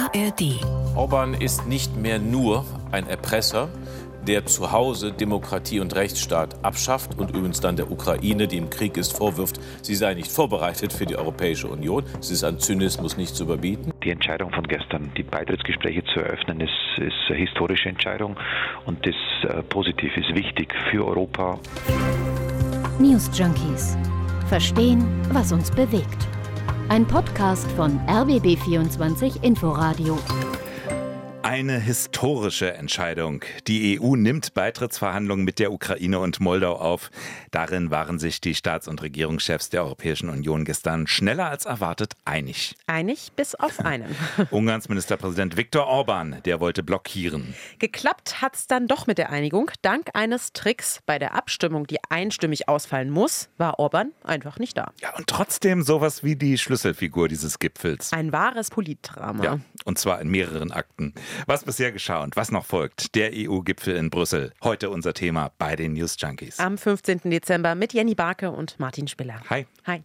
ARD. Orbán ist nicht mehr nur ein Erpresser, der zu Hause Demokratie und Rechtsstaat abschafft und übrigens dann der Ukraine, die im Krieg ist, vorwirft, sie sei nicht vorbereitet für die Europäische Union. Es ist an Zynismus nicht zu überbieten. Die Entscheidung von gestern, die Beitrittsgespräche zu eröffnen, ist eine historische Entscheidung und das positiv ist wichtig für Europa. News Junkies. Verstehen, was uns bewegt. Ein Podcast von RBB24 Inforadio. Eine historische Entscheidung. Die EU nimmt Beitrittsverhandlungen mit der Ukraine und Moldau auf. Darin waren sich die Staats- und Regierungschefs der Europäischen Union gestern schneller als erwartet einig. Einig bis auf einen. Ungarns Ministerpräsident Viktor Orbán, der wollte blockieren. Geklappt hat's dann doch mit der Einigung. Dank eines Tricks bei der Abstimmung, die einstimmig ausfallen muss, war Orbán einfach nicht da. Ja, und trotzdem sowas wie die Schlüsselfigur dieses Gipfels. Ein wahres Politdrama. Ja, und zwar in mehreren Akten. Was bisher geschah und was noch folgt, der EU-Gipfel in Brüssel. Heute unser Thema bei den News Junkies. Am 15. Dezember mit Jenny Barke und Martin Spiller. Hi. Hi.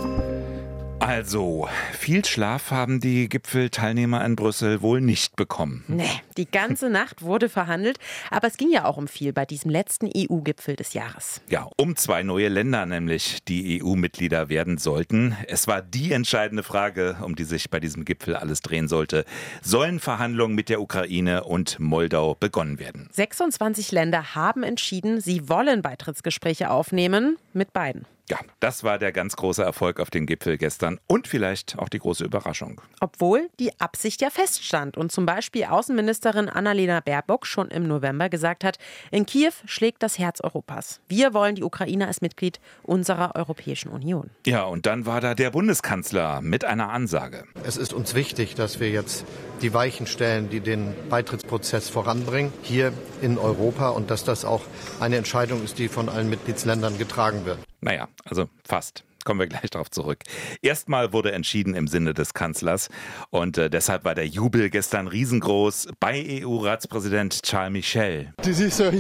Also, viel Schlaf haben die Gipfelteilnehmer in Brüssel wohl nicht bekommen. Nee, die ganze Nacht wurde verhandelt, aber es ging ja auch um viel bei diesem letzten EU-Gipfel des Jahres. Ja, um 2 neue Länder nämlich, die EU-Mitglieder werden sollten. Es war die entscheidende Frage, um die sich bei diesem Gipfel alles drehen sollte. Sollen Verhandlungen mit der Ukraine und Moldau begonnen werden? 26 Länder haben entschieden, sie wollen Beitrittsgespräche aufnehmen mit beiden. Ja, das war der ganz große Erfolg auf dem Gipfel gestern und vielleicht auch die große Überraschung. Obwohl die Absicht ja feststand und zum Beispiel Außenministerin Annalena Baerbock schon im November gesagt hat, in Kiew schlägt das Herz Europas. Wir wollen die Ukraine als Mitglied unserer Europäischen Union. Ja, und dann war da der Bundeskanzler mit einer Ansage. Es ist uns wichtig, dass wir jetzt die Weichen stellen, die den Beitrittsprozess voranbringen, hier in Europa, und dass das auch eine Entscheidung ist, die von allen Mitgliedsländern getragen wird. Naja, also fast. Kommen wir gleich darauf zurück. Erstmal wurde entschieden im Sinne des Kanzlers und deshalb war der Jubel gestern riesengroß bei EU-Ratspräsident Charles Michel. Es ist ein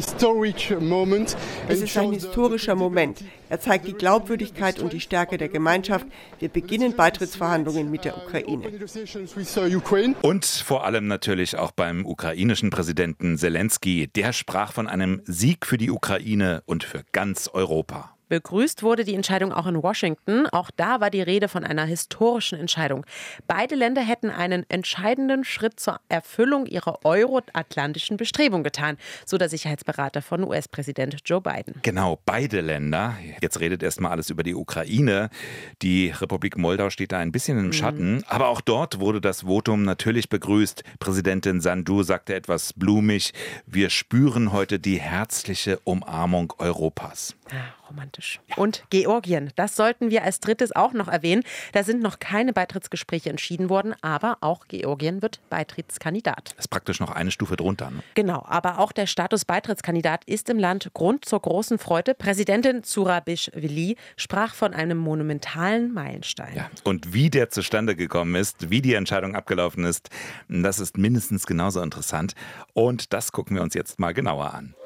historischer Moment. Er zeigt die Glaubwürdigkeit und die Stärke der Gemeinschaft. Wir beginnen Beitrittsverhandlungen mit der Ukraine. Und vor allem natürlich auch beim ukrainischen Präsidenten Zelensky. Der sprach von einem Sieg für die Ukraine und für ganz Europa. Begrüßt wurde die Entscheidung auch in Washington. Auch da war die Rede von einer historischen Entscheidung. Beide Länder hätten einen entscheidenden Schritt zur Erfüllung ihrer euroatlantischen Bestrebung getan, so der Sicherheitsberater von US-Präsident Joe Biden. Genau, beide Länder. Jetzt redet erstmal alles über die Ukraine. Die Republik Moldau steht da ein bisschen im Schatten. Aber auch dort wurde das Votum natürlich begrüßt. Präsidentin Sandu sagte etwas blumig: Wir spüren heute die herzliche Umarmung Europas. Romantisch. Ja. Und Georgien, das sollten wir als drittes auch noch erwähnen. Da sind noch keine Beitrittsgespräche entschieden worden, aber auch Georgien wird Beitrittskandidat. Das ist praktisch noch eine Stufe drunter, ne? Genau, aber auch der Status Beitrittskandidat ist im Land Grund zur großen Freude. Präsidentin Zurabišvili sprach von einem monumentalen Meilenstein. Ja. Und wie der zustande gekommen ist, wie die Entscheidung abgelaufen ist, das ist mindestens genauso interessant. Und das gucken wir uns jetzt mal genauer an.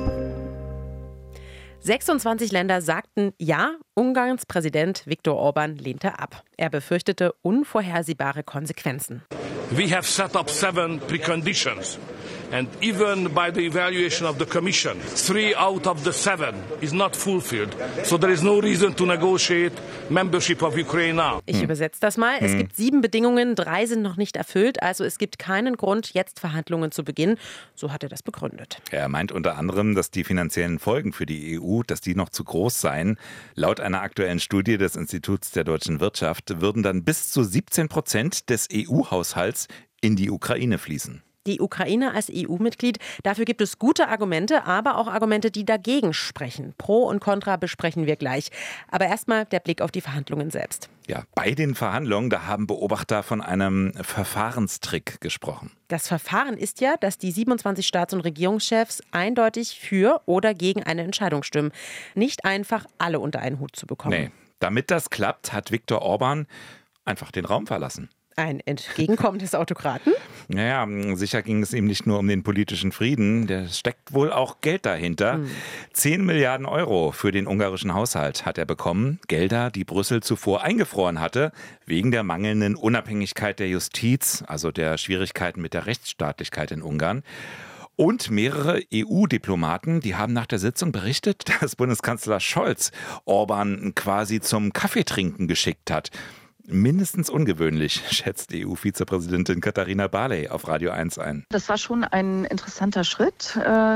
26 Länder sagten ja, Ungarns Präsident Viktor Orbán lehnte ab. Er befürchtete unvorhersehbare Konsequenzen. We have set up 7 preconditions. And even by the evaluation of the Commission, 3 out of the 7 is not fulfilled. So there is no reason to negotiate membership of Ukraine now. Ich übersetze das mal. Es gibt 7 Bedingungen, 3 sind noch nicht erfüllt. Also es gibt keinen Grund, jetzt Verhandlungen zu beginnen. So hat er das begründet. Er meint unter anderem, dass die finanziellen Folgen für die EU, dass die noch zu groß seien. Laut einer aktuellen Studie des Instituts der deutschen Wirtschaft würden dann bis zu 17% des EU-Haushalts in die Ukraine fließen. Die Ukraine als EU-Mitglied, dafür gibt es gute Argumente, aber auch Argumente, die dagegen sprechen. Pro und Contra besprechen wir gleich. Aber erstmal der Blick auf die Verhandlungen selbst. Ja, bei den Verhandlungen, da haben Beobachter von einem Verfahrenstrick gesprochen. Das Verfahren ist ja, dass die 27 Staats- und Regierungschefs eindeutig für oder gegen eine Entscheidung stimmen. Nicht einfach alle unter einen Hut zu bekommen. Nee, damit das klappt, hat Viktor Orbán einfach den Raum verlassen. Ein Entgegenkommen des Autokraten? Naja, sicher ging es ihm nicht nur um den politischen Frieden, da steckt wohl auch Geld dahinter. 10 Milliarden Euro für den ungarischen Haushalt hat er bekommen. Gelder, die Brüssel zuvor eingefroren hatte, wegen der mangelnden Unabhängigkeit der Justiz, also der Schwierigkeiten mit der Rechtsstaatlichkeit in Ungarn. Und mehrere EU-Diplomaten, die haben nach der Sitzung berichtet, dass Bundeskanzler Scholz Orban quasi zum Kaffeetrinken geschickt hat. Mindestens ungewöhnlich, schätzt EU-Vizepräsidentin Katharina Barley auf Radio 1 ein. Das war schon ein interessanter Schritt,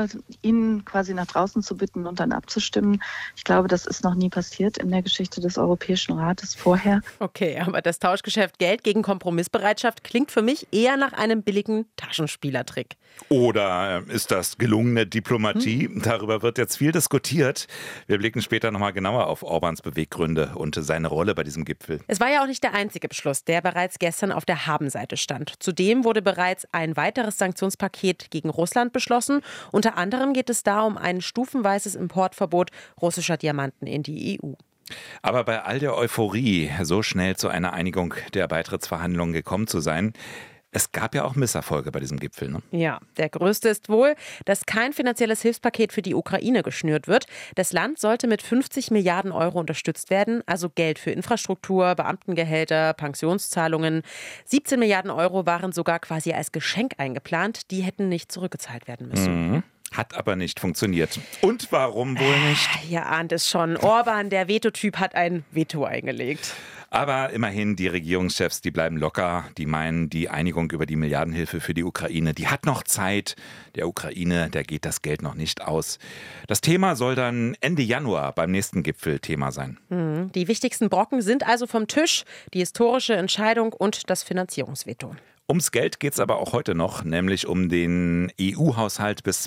ihn quasi nach draußen zu bitten und dann abzustimmen. Ich glaube, das ist noch nie passiert in der Geschichte des Europäischen Rates vorher. Okay, aber das Tauschgeschäft Geld gegen Kompromissbereitschaft klingt für mich eher nach einem billigen Taschenspielertrick. Oder ist das gelungene Diplomatie? Darüber wird jetzt viel diskutiert. Wir blicken später nochmal genauer auf Orbáns Beweggründe und seine Rolle bei diesem Gipfel. Es war ja auch nicht der einzige Beschluss, der bereits gestern auf der Habenseite stand. Zudem wurde bereits ein weiteres Sanktionspaket gegen Russland beschlossen. Unter anderem geht es da um ein stufenweises Importverbot russischer Diamanten in die EU. Aber bei all der Euphorie, so schnell zu einer Einigung der Beitrittsverhandlungen gekommen zu sein, es gab ja auch Misserfolge bei diesem Gipfel, ne? Ja, der größte ist wohl, dass kein finanzielles Hilfspaket für die Ukraine geschnürt wird. Das Land sollte mit 50 Milliarden Euro unterstützt werden, also Geld für Infrastruktur, Beamtengehälter, Pensionszahlungen. 17 Milliarden Euro waren sogar quasi als Geschenk eingeplant. Die hätten nicht zurückgezahlt werden müssen. Hat aber nicht funktioniert. Und warum wohl nicht? Ihr ahnt es schon. Orban, der Vetotyp, hat ein Veto eingelegt. Aber immerhin, die Regierungschefs, die bleiben locker. Die meinen, die Einigung über die Milliardenhilfe für die Ukraine, die hat noch Zeit. Der Ukraine, der geht das Geld noch nicht aus. Das Thema soll dann Ende Januar beim nächsten Gipfel Thema sein. Die wichtigsten Brocken sind also vom Tisch. Die historische Entscheidung und das Finanzierungsveto. Ums Geld geht es aber auch heute noch, nämlich um den EU-Haushalt bis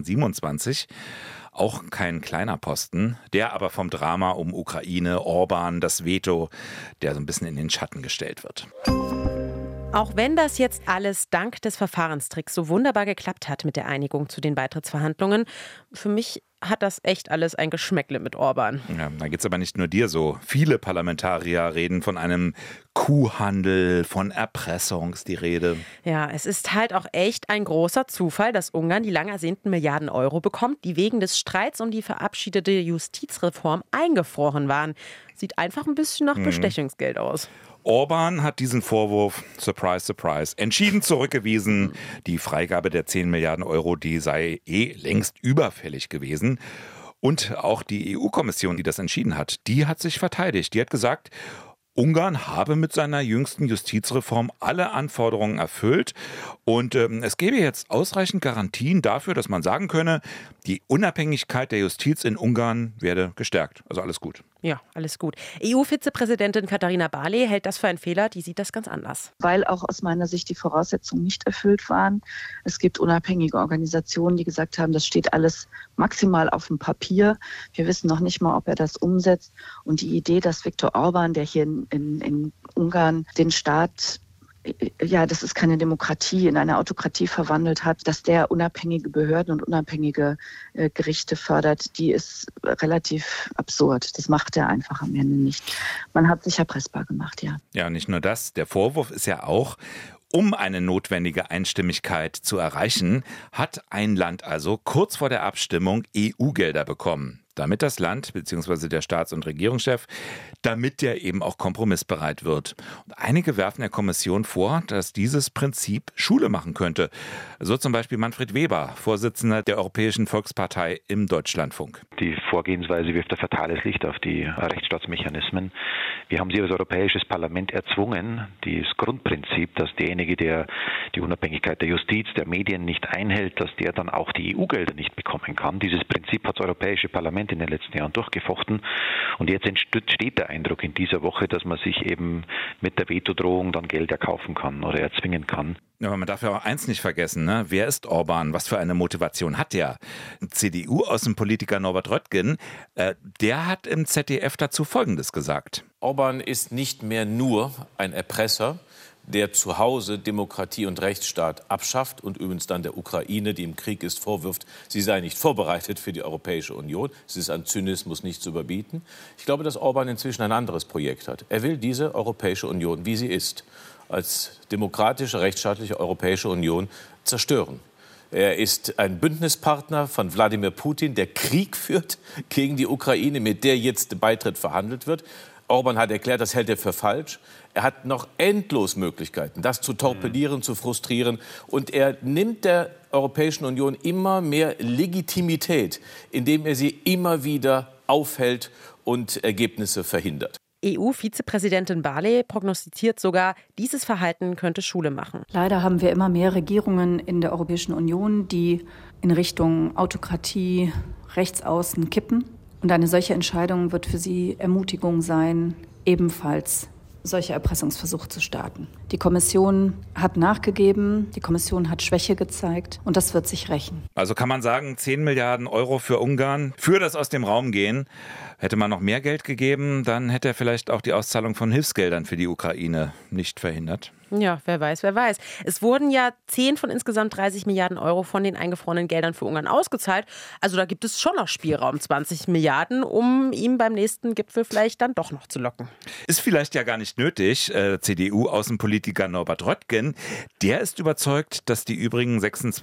2027. Auch kein kleiner Posten, der aber vom Drama um Ukraine, Orban, das Veto, der so ein bisschen in den Schatten gestellt wird. Auch wenn das jetzt alles dank des Verfahrenstricks so wunderbar geklappt hat mit der Einigung zu den Beitrittsverhandlungen, für mich hat das echt alles ein Geschmäckle mit Orban. Ja, da geht's aber nicht nur dir so. Viele Parlamentarier reden von einem Kuhhandel, von Erpressung ist die Rede. Ja, es ist halt auch echt ein großer Zufall, dass Ungarn die lang ersehnten Milliarden Euro bekommt, die wegen des Streits um die verabschiedete Justizreform eingefroren waren. Sieht einfach ein bisschen nach Bestechungsgeld aus. Orban hat diesen Vorwurf, surprise, surprise, entschieden zurückgewiesen. Die Freigabe der 10 Milliarden Euro, die sei längst überfällig gewesen. Und auch die EU-Kommission, die das entschieden hat, die hat sich verteidigt. Die hat gesagt, Ungarn habe mit seiner jüngsten Justizreform alle Anforderungen erfüllt und es gäbe jetzt ausreichend Garantien dafür, dass man sagen könne, die Unabhängigkeit der Justiz in Ungarn werde gestärkt. Also alles gut. Ja, alles gut. EU-Vizepräsidentin Katharina Barley hält das für einen Fehler, die sieht das ganz anders. Weil auch aus meiner Sicht die Voraussetzungen nicht erfüllt waren. Es gibt unabhängige Organisationen, die gesagt haben, das steht alles maximal auf dem Papier. Wir wissen noch nicht mal, ob er das umsetzt. Und die Idee, dass Viktor Orban, der hier in Ungarn den Staat, ja, das ist keine Demokratie, in eine Autokratie verwandelt hat, dass der unabhängige Behörden und unabhängige Gerichte fördert, die ist relativ absurd. Das macht er einfach am Ende nicht. Man hat sich erpressbar gemacht, ja. Ja, nicht nur das. Der Vorwurf ist ja auch, um eine notwendige Einstimmigkeit zu erreichen, hat ein Land also kurz vor der Abstimmung EU-Gelder bekommen. Damit das Land bzw. der Staats- und Regierungschef, damit der eben auch kompromissbereit wird. Und einige werfen der Kommission vor, dass dieses Prinzip Schule machen könnte. So zum Beispiel Manfred Weber, Vorsitzender der Europäischen Volkspartei im Deutschlandfunk. Die Vorgehensweise wirft ein fatales Licht auf die Rechtsstaatsmechanismen. Wir haben sie als Europäisches Parlament erzwungen, das Grundprinzip, dass derjenige, der die Unabhängigkeit der Justiz, der Medien nicht einhält, dass der dann auch die EU-Gelder nicht bekommen kann. Dieses Prinzip hat das Europäische Parlament in den letzten Jahren durchgefochten. Und jetzt entsteht der Eindruck in dieser Woche, dass man sich eben mit der Vetodrohung dann Geld erkaufen kann oder erzwingen kann. Ja, aber man darf ja auch eins nicht vergessen, ne? Wer ist Orban? Was für eine Motivation hat der? CDU-Außenpolitiker Norbert Röttgen, der hat im ZDF dazu Folgendes gesagt. Orban ist nicht mehr nur ein Erpresser, der zu Hause Demokratie und Rechtsstaat abschafft und übrigens dann der Ukraine, die im Krieg ist, vorwirft, sie sei nicht vorbereitet für die Europäische Union. Es ist an Zynismus nicht zu überbieten. Ich glaube, dass Orban inzwischen ein anderes Projekt hat. Er will diese Europäische Union, wie sie ist, als demokratische, rechtsstaatliche Europäische Union zerstören. Er ist ein Bündnispartner von Wladimir Putin, der Krieg führt gegen die Ukraine, mit der jetzt der Beitritt verhandelt wird. Orban hat erklärt, das hält er für falsch. Er hat noch endlos Möglichkeiten, das zu torpedieren, zu frustrieren. Und er nimmt der Europäischen Union immer mehr Legitimität, indem er sie immer wieder aufhält und Ergebnisse verhindert. EU-Vizepräsidentin Barley prognostiziert sogar, dieses Verhalten könnte Schule machen. Leider haben wir immer mehr Regierungen in der Europäischen Union, die in Richtung Autokratie, Rechtsaußen kippen. Und eine solche Entscheidung wird für sie Ermutigung sein, ebenfalls solche Erpressungsversuche zu starten. Die Kommission hat nachgegeben, die Kommission hat Schwäche gezeigt und das wird sich rächen. Also kann man sagen, 10 Milliarden Euro für Ungarn, für das aus dem Raum gehen. Hätte man noch mehr Geld gegeben, dann hätte er vielleicht auch die Auszahlung von Hilfsgeldern für die Ukraine nicht verhindert. Ja, wer weiß, wer weiß. Es wurden ja 10 von insgesamt 30 Milliarden Euro von den eingefrorenen Geldern für Ungarn ausgezahlt. Also da gibt es schon noch Spielraum, 20 Milliarden, um ihn beim nächsten Gipfel vielleicht dann doch noch zu locken. Ist vielleicht ja gar nicht nötig. CDU-Außenpolitiker Norbert Röttgen, der ist überzeugt, dass die übrigen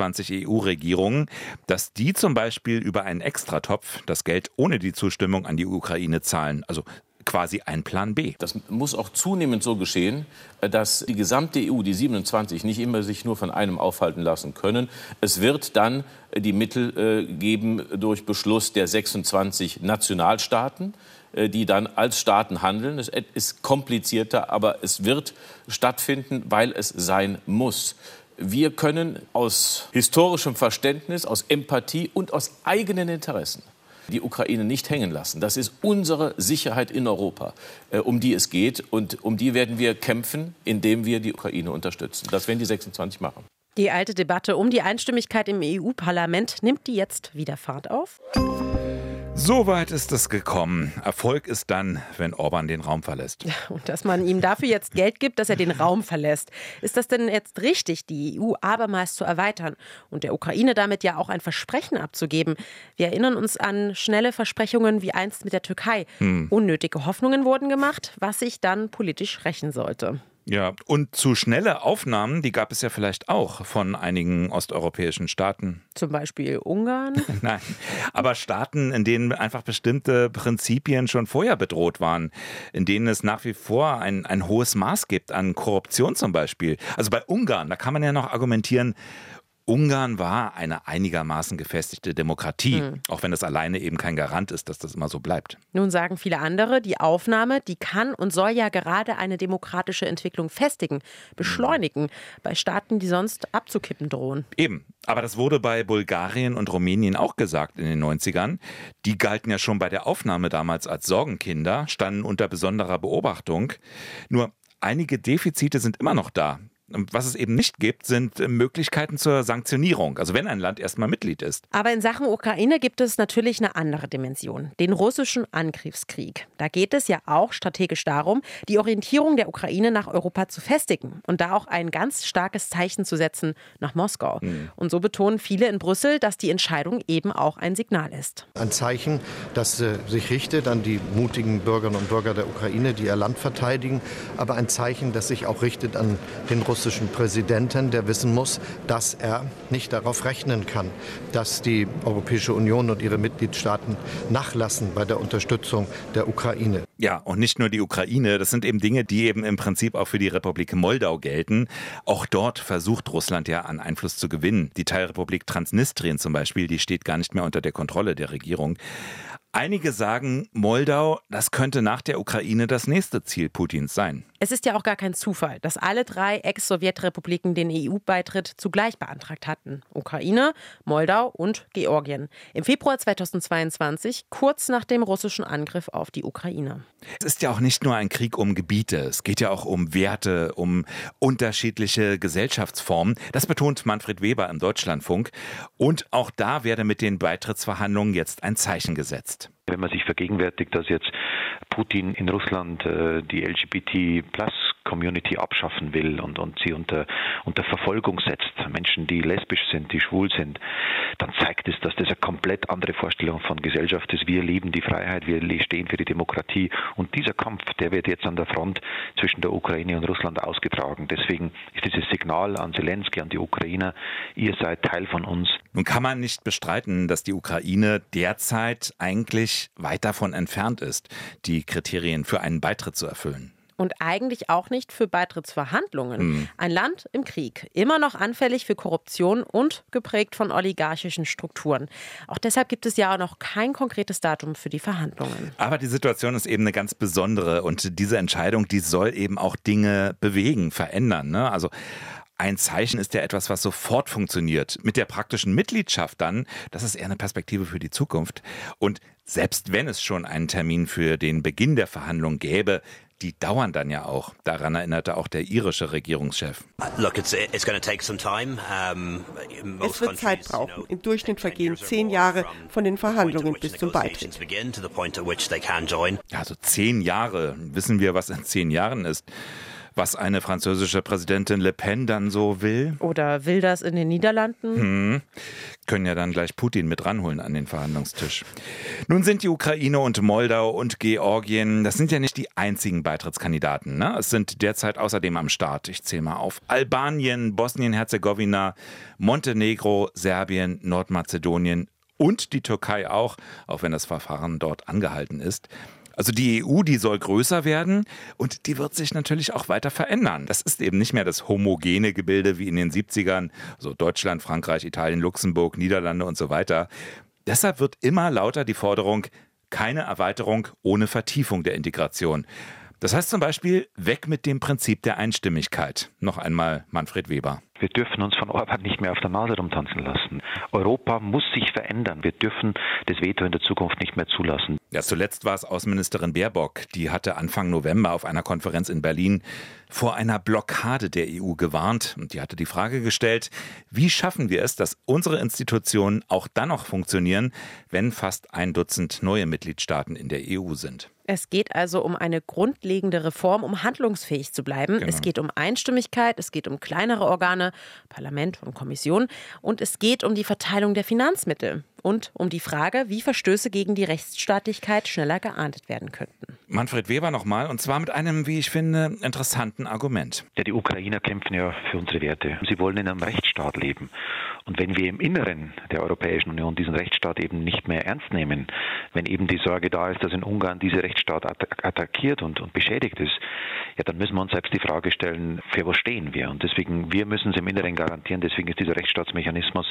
26 EU-Regierungen, dass die zum Beispiel über einen Extratopf das Geld ohne die Zustimmung an die Ukraine zahlen. Also quasi ein Plan B. Das muss auch zunehmend so geschehen, dass die gesamte EU, die 27, nicht immer sich nur von einem aufhalten lassen können. Es wird dann die Mittel geben durch Beschluss der 26 Nationalstaaten, die dann als Staaten handeln. Es ist komplizierter, aber es wird stattfinden, weil es sein muss. Wir können aus historischem Verständnis, aus Empathie und aus eigenen Interessen die Ukraine nicht hängen lassen. Das ist unsere Sicherheit in Europa, um die es geht. Und um die werden wir kämpfen, indem wir die Ukraine unterstützen. Das werden die 26 machen. Die alte Debatte um die Einstimmigkeit im EU-Parlament, nimmt die jetzt wieder Fahrt auf? So weit ist es gekommen. Erfolg ist dann, wenn Orban den Raum verlässt. Und dass man ihm dafür jetzt Geld gibt, dass er den Raum verlässt. Ist das denn jetzt richtig, die EU abermals zu erweitern und der Ukraine damit ja auch ein Versprechen abzugeben? Wir erinnern uns an schnelle Versprechungen wie einst mit der Türkei. Unnötige Hoffnungen wurden gemacht, was sich dann politisch rächen sollte. Ja, und zu schnelle Aufnahmen, die gab es ja vielleicht auch von einigen osteuropäischen Staaten. Zum Beispiel Ungarn? Nein, aber Staaten, in denen einfach bestimmte Prinzipien schon vorher bedroht waren, in denen es nach wie vor ein hohes Maß gibt an Korruption zum Beispiel. Also bei Ungarn, da kann man ja noch argumentieren, Ungarn war eine einigermaßen gefestigte Demokratie, auch wenn das alleine eben kein Garant ist, dass das immer so bleibt. Nun sagen viele andere, die Aufnahme, die kann und soll ja gerade eine demokratische Entwicklung festigen, beschleunigen, bei Staaten, die sonst abzukippen drohen. Eben, aber das wurde bei Bulgarien und Rumänien auch gesagt in den 90ern. Die galten ja schon bei der Aufnahme damals als Sorgenkinder, standen unter besonderer Beobachtung. Nur einige Defizite sind immer noch da. Was es eben nicht gibt, sind Möglichkeiten zur Sanktionierung, also wenn ein Land erstmal Mitglied ist. Aber in Sachen Ukraine gibt es natürlich eine andere Dimension, den russischen Angriffskrieg. Da geht es ja auch strategisch darum, die Orientierung der Ukraine nach Europa zu festigen und da auch ein ganz starkes Zeichen zu setzen nach Moskau. Und so betonen viele in Brüssel, dass die Entscheidung eben auch ein Signal ist. Ein Zeichen, das sich richtet an die mutigen Bürgerinnen und Bürger der Ukraine, die ihr Land verteidigen, aber ein Zeichen, das sich auch richtet an den russischen Präsidenten, der wissen muss, dass er nicht darauf rechnen kann, dass die Europäische Union und ihre Mitgliedstaaten nachlassen bei der Unterstützung der Ukraine. Ja, und nicht nur die Ukraine, das sind eben Dinge, die eben im Prinzip auch für die Republik Moldau gelten. Auch dort versucht Russland ja an Einfluss zu gewinnen. Die Teilrepublik Transnistrien zum Beispiel, die steht gar nicht mehr unter der Kontrolle der Regierung. Einige sagen, Moldau, das könnte nach der Ukraine das nächste Ziel Putins sein. Es ist ja auch gar kein Zufall, dass alle 3 Ex-Sowjetrepubliken den EU-Beitritt zugleich beantragt hatten. Ukraine, Moldau und Georgien. Im Februar 2022, kurz nach dem russischen Angriff auf die Ukraine. Es ist ja auch nicht nur ein Krieg um Gebiete, es geht ja auch um Werte, um unterschiedliche Gesellschaftsformen. Das betont Manfred Weber im Deutschlandfunk. Und auch da werde mit den Beitrittsverhandlungen jetzt ein Zeichen gesetzt. Wenn man sich vergegenwärtigt, dass jetzt Putin in Russland die LGBT+ Community abschaffen will und sie unter Verfolgung setzt, Menschen, die lesbisch sind, die schwul sind, dann zeigt es, dass das eine komplett andere Vorstellung von Gesellschaft ist. Wir lieben die Freiheit, wir stehen für die Demokratie und dieser Kampf, der wird jetzt an der Front zwischen der Ukraine und Russland ausgetragen. Deswegen ist dieses Signal an Zelensky, an die Ukrainer, ihr seid Teil von uns. Nun kann man nicht bestreiten, dass die Ukraine derzeit eigentlich weit davon entfernt ist, die Kriterien für einen Beitritt zu erfüllen. Und eigentlich auch nicht für Beitrittsverhandlungen. Ein Land im Krieg, immer noch anfällig für Korruption und geprägt von oligarchischen Strukturen. Auch deshalb gibt es ja auch noch kein konkretes Datum für die Verhandlungen. Aber die Situation ist eben eine ganz besondere und diese Entscheidung, die soll eben auch Dinge bewegen, verändern, ne? Also ein Zeichen ist ja etwas, was sofort funktioniert. Mit der praktischen Mitgliedschaft dann, das ist eher eine Perspektive für die Zukunft. Und selbst wenn es schon einen Termin für den Beginn der Verhandlungen gäbe, die dauern dann ja auch. Daran erinnerte auch der irische Regierungschef. Look, es wird Zeit brauchen. Im Durchschnitt vergehen 10 Jahre von den Verhandlungen bis zum Beitritt. Also 10 Jahre. Wissen wir, was in 10 Jahren ist? Was eine französische Präsidentin Le Pen dann so will? Oder will das in den Niederlanden? Können ja dann gleich Putin mit ranholen an den Verhandlungstisch. Nun sind die Ukraine und Moldau und Georgien, das sind ja nicht die einzigen Beitrittskandidaten, ne? Es sind derzeit außerdem am Start, ich zähle mal auf, Albanien, Bosnien-Herzegowina, Montenegro, Serbien, Nordmazedonien und die Türkei auch wenn das Verfahren dort angehalten ist. Also die EU, die soll größer werden und die wird sich natürlich auch weiter verändern. Das ist eben nicht mehr das homogene Gebilde wie in den 70ern, also Deutschland, Frankreich, Italien, Luxemburg, Niederlande und so weiter. Deshalb wird immer lauter die Forderung, keine Erweiterung ohne Vertiefung der Integration. Das heißt zum Beispiel, weg mit dem Prinzip der Einstimmigkeit. Noch einmal Manfred Weber. Wir dürfen uns von Orban nicht mehr auf der Nase rumtanzen lassen. Europa muss sich verändern. Wir dürfen das Veto in der Zukunft nicht mehr zulassen. Ja, zuletzt war es Außenministerin Baerbock. Die hatte Anfang November auf einer Konferenz in Berlin vor einer Blockade der EU gewarnt. Und die hatte die Frage gestellt, wie schaffen wir es, dass unsere Institutionen auch dann noch funktionieren, wenn fast 1 Dutzend neue Mitgliedstaaten in der EU sind. Es geht also um eine grundlegende Reform, um handlungsfähig zu bleiben. Genau. Es geht um Einstimmigkeit, es geht um kleinere Organe, Parlament und Kommission. Und es geht um die Verteilung der Finanzmittel und um die Frage, wie Verstöße gegen die Rechtsstaatlichkeit schneller geahndet werden könnten. Manfred Weber nochmal, und zwar mit einem, wie ich finde, interessanten Argument. Ja, die Ukrainer kämpfen ja für unsere Werte. Sie wollen in einem Rechtsstaat leben. Und wenn wir im Inneren der Europäischen Union diesen Rechtsstaat eben nicht mehr ernst nehmen, wenn eben die Sorge da ist, dass in Ungarn dieser Rechtsstaat attackiert und beschädigt ist, ja, dann müssen wir uns selbst die Frage stellen, für was stehen wir? Und deswegen, wir müssen es im Inneren garantieren, deswegen ist dieser Rechtsstaatsmechanismus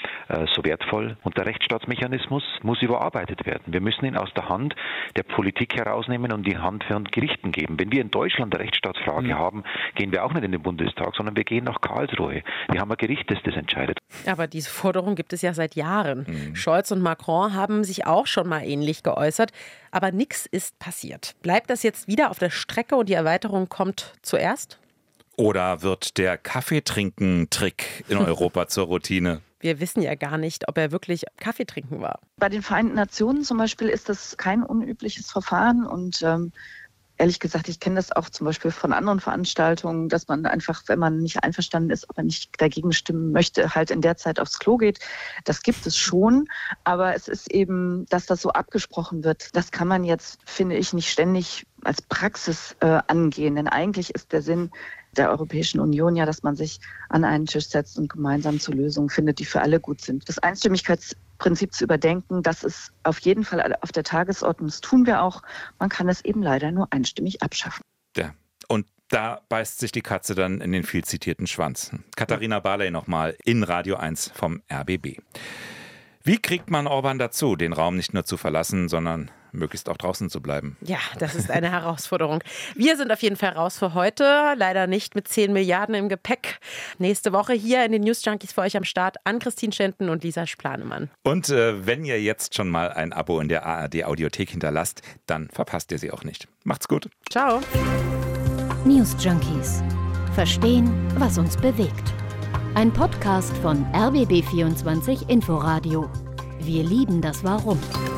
so wertvoll. Und der Rechtsstaatsmechanismus muss überarbeitet werden. Wir müssen ihn aus der Hand der Politik herausnehmen und die Hand von Gerichten geben. Wenn wir in Deutschland eine Rechtsstaatsfrage haben, gehen wir auch nicht in den Bundestag, sondern wir gehen nach Karlsruhe. Wir haben ein Gericht, das entscheidet. Aber diese Forderung gibt es ja seit Jahren. Scholz und Macron haben sich auch schon mal ähnlich geäußert, aber nichts ist passiert. Bleibt das jetzt wieder auf der Strecke und die Erweiterung kommt zuerst? Oder wird der Kaffeetrinken-Trick in Europa zur Routine? Wir wissen ja gar nicht, ob er wirklich Kaffee trinken war. Bei den Vereinten Nationen zum Beispiel ist das kein unübliches Verfahren und ehrlich gesagt, ich kenne das auch zum Beispiel von anderen Veranstaltungen, dass man einfach, wenn man nicht einverstanden ist, aber nicht dagegen stimmen möchte, halt in der Zeit aufs Klo geht. Das gibt es schon, aber es ist eben, dass das so abgesprochen wird. Das kann man jetzt, finde ich, nicht ständig als Praxis angehen, denn eigentlich ist der Sinn der Europäischen Union ja, dass man sich an einen Tisch setzt und gemeinsam zu Lösungen findet, die für alle gut sind. Das Einstimmigkeitsprinzip zu überdenken, das ist auf jeden Fall auf der Tagesordnung. Das tun wir auch. Man kann es eben leider nur einstimmig abschaffen. Ja. Und da beißt sich die Katze dann in den viel zitierten Schwanz. Katharina Barley nochmal in Radio 1 vom RBB. Wie kriegt man Orban dazu, den Raum nicht nur zu verlassen, sondern möglichst auch draußen zu bleiben? Ja, das ist eine Herausforderung. Wir sind auf jeden Fall raus für heute. Leider nicht mit 10 Milliarden im Gepäck. Nächste Woche hier in den News Junkies für euch am Start Ann-Christine Schenten und Lisa Splanemann. Und wenn ihr jetzt schon mal ein Abo in der ARD Audiothek hinterlasst, dann verpasst ihr sie auch nicht. Macht's gut. Ciao. News Junkies. Verstehen, was uns bewegt. Ein Podcast von RBB 24 Inforadio. Wir lieben das Warum.